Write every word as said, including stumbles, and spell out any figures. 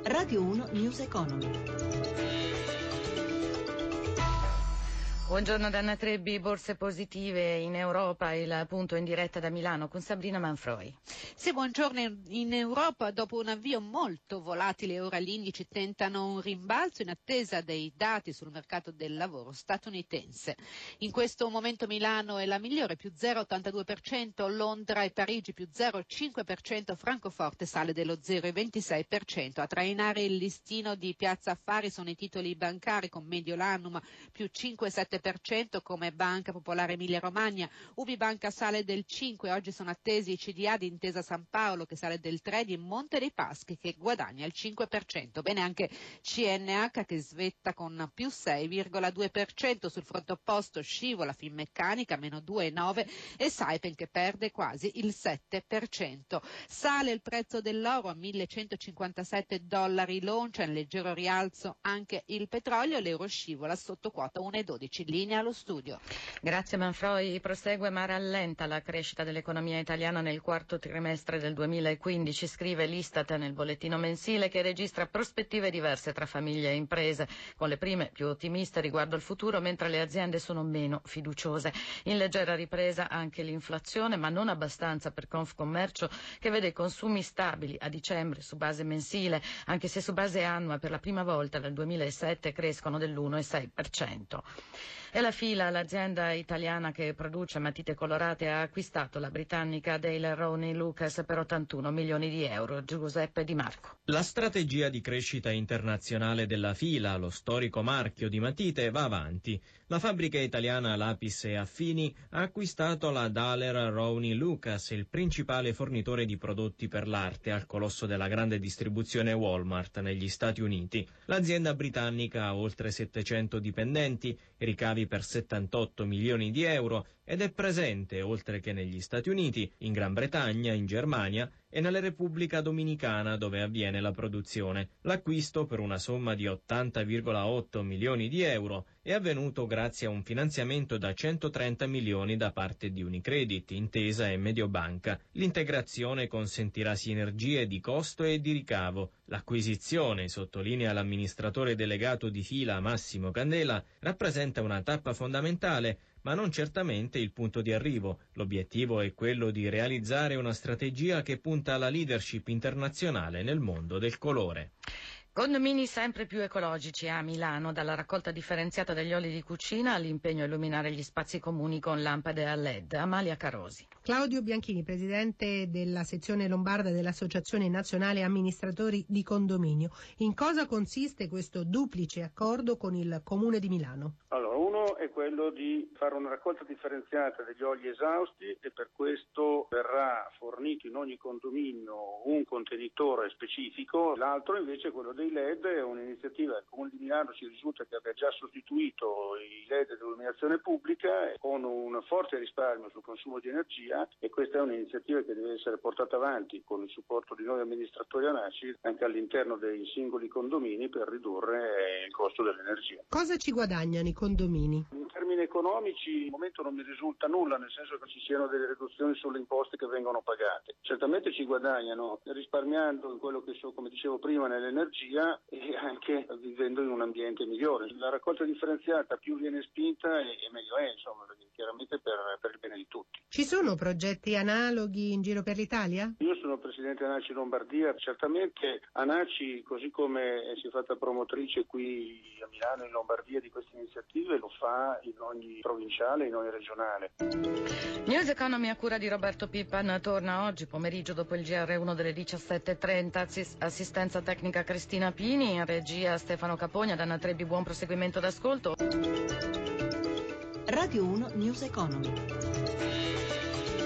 Radio uno News Economy. Buongiorno da Anna Trebbi, borse positive in Europa, il punto in diretta da Milano con Sabrina Manfroi. Sì, buongiorno. In Europa, dopo un avvio molto volatile, ora gli indici tentano un rimbalzo in attesa dei dati sul mercato del lavoro statunitense. In questo momento Milano è la migliore, più zero virgola ottantadue per cento, Londra e Parigi più zero virgola cinque per cento, Francoforte sale dello zero virgola ventisei per cento. A trainare il listino di Piazza Affari sono i titoli bancari con Mediolanum più cinque virgola sette per cento come Banca Popolare Emilia Romagna, Ubibanca sale del cinque per cento, oggi sono attesi i C D A di Intesa San Paolo che sale del tre per cento, di Monte dei Paschi che guadagna il cinque per cento. Bene anche C N H che svetta con più sei virgola due per cento, sul fronte opposto scivola Finmeccanica meno due virgola nove per cento e Saipem che perde quasi il sette per cento. Sale il prezzo dell'oro a millecentocinquantasette dollari l'oncia, in leggero rialzo anche il petrolio, l'euro scivola sotto quota uno virgola dodici. Linea allo studio. Grazie Manfroi. Prosegue ma rallenta la crescita dell'economia italiana nel quarto trimestre del duemilaquindici, scrive l'Istat nel bollettino mensile che registra prospettive diverse tra famiglie e imprese, con le prime più ottimiste riguardo al futuro, mentre le aziende sono meno fiduciose. In leggera ripresa anche l'inflazione, ma non abbastanza per Confcommercio, che vede i consumi stabili a dicembre su base mensile, anche se su base annua per la prima volta dal duemilasette crescono dell'uno virgola sei per cento. E la Fila, l'azienda italiana che produce matite colorate, ha acquistato la britannica Dale Rowney Lucas per ottantuno milioni di euro. Giuseppe Di Marco. La strategia di crescita internazionale della Fila, lo storico marchio di matite, va avanti. La fabbrica italiana Lapis e Affini ha acquistato la Dale Rowney Lucas, il principale fornitore di prodotti per l'arte al colosso della grande distribuzione Walmart negli Stati Uniti. L'azienda britannica ha oltre settecento dipendenti, ricavi per settantotto milioni di euro ed è presente, oltre che negli Stati Uniti, in Gran Bretagna, in Germania e nella Repubblica Dominicana dove avviene la produzione. L'acquisto per una somma di ottanta virgola otto milioni di euro è avvenuto grazie a un finanziamento da centotrenta milioni da parte di Unicredit, Intesa e Mediobanca. L'integrazione consentirà sinergie di costo e di ricavo. L'acquisizione, sottolinea l'amministratore delegato di Fila Massimo Candela, rappresenta una tappa fondamentale, ma non certamente il punto di arrivo. L'obiettivo è quello di realizzare una strategia che punta alla leadership internazionale nel mondo del colore. Condomini sempre più ecologici a Milano, dalla raccolta differenziata degli oli di cucina all'impegno a illuminare gli spazi comuni con lampade a L E D. Amalia Carosi. Claudio Bianchini, presidente della sezione lombarda dell'Associazione Nazionale Amministratori di Condominio. In cosa consiste questo duplice accordo con il Comune di Milano? Allora, uno è quello di fare una raccolta differenziata degli oli esausti e per questo verrà fornito in ogni condominio un contenitore specifico. L'altro invece è quello dei L E D, è un'iniziativa del Comune di Milano, ci risulta che abbia già sostituito i L E D dell'illuminazione pubblica con un forte risparmio sul consumo di energia, e questa è un'iniziativa che deve essere portata avanti con il supporto di noi amministratori ANACI anche all'interno dei singoli condomini per ridurre il costo dell'energia. Cosa ci guadagnano i condomini? In termini economici al momento non mi risulta nulla, nel senso che ci siano delle riduzioni sulle imposte che vengono pagate. Certamente ci guadagnano risparmiando in quello che so, come dicevo prima, nell'energia e anche vivendo in un ambiente migliore. La raccolta differenziata più viene spinta e, e meglio è, insomma, chiaramente per, per il bene di tutti. Ci sono progetti analoghi in giro per l'Italia? Io sono presidente ANACI Lombardia, certamente ANACI, così come si è fatta promotrice qui a Milano, in Lombardia, di queste iniziative, lo fa in ogni provinciale, in ogni regionale. News Economy a cura di Roberto Pippan torna oggi pomeriggio dopo il G R uno delle diciassette e trenta, assistenza tecnica Cristina Pini, in regia Stefano Capogna, Anna Trebbi, buon proseguimento d'ascolto. Radio uno News Economy.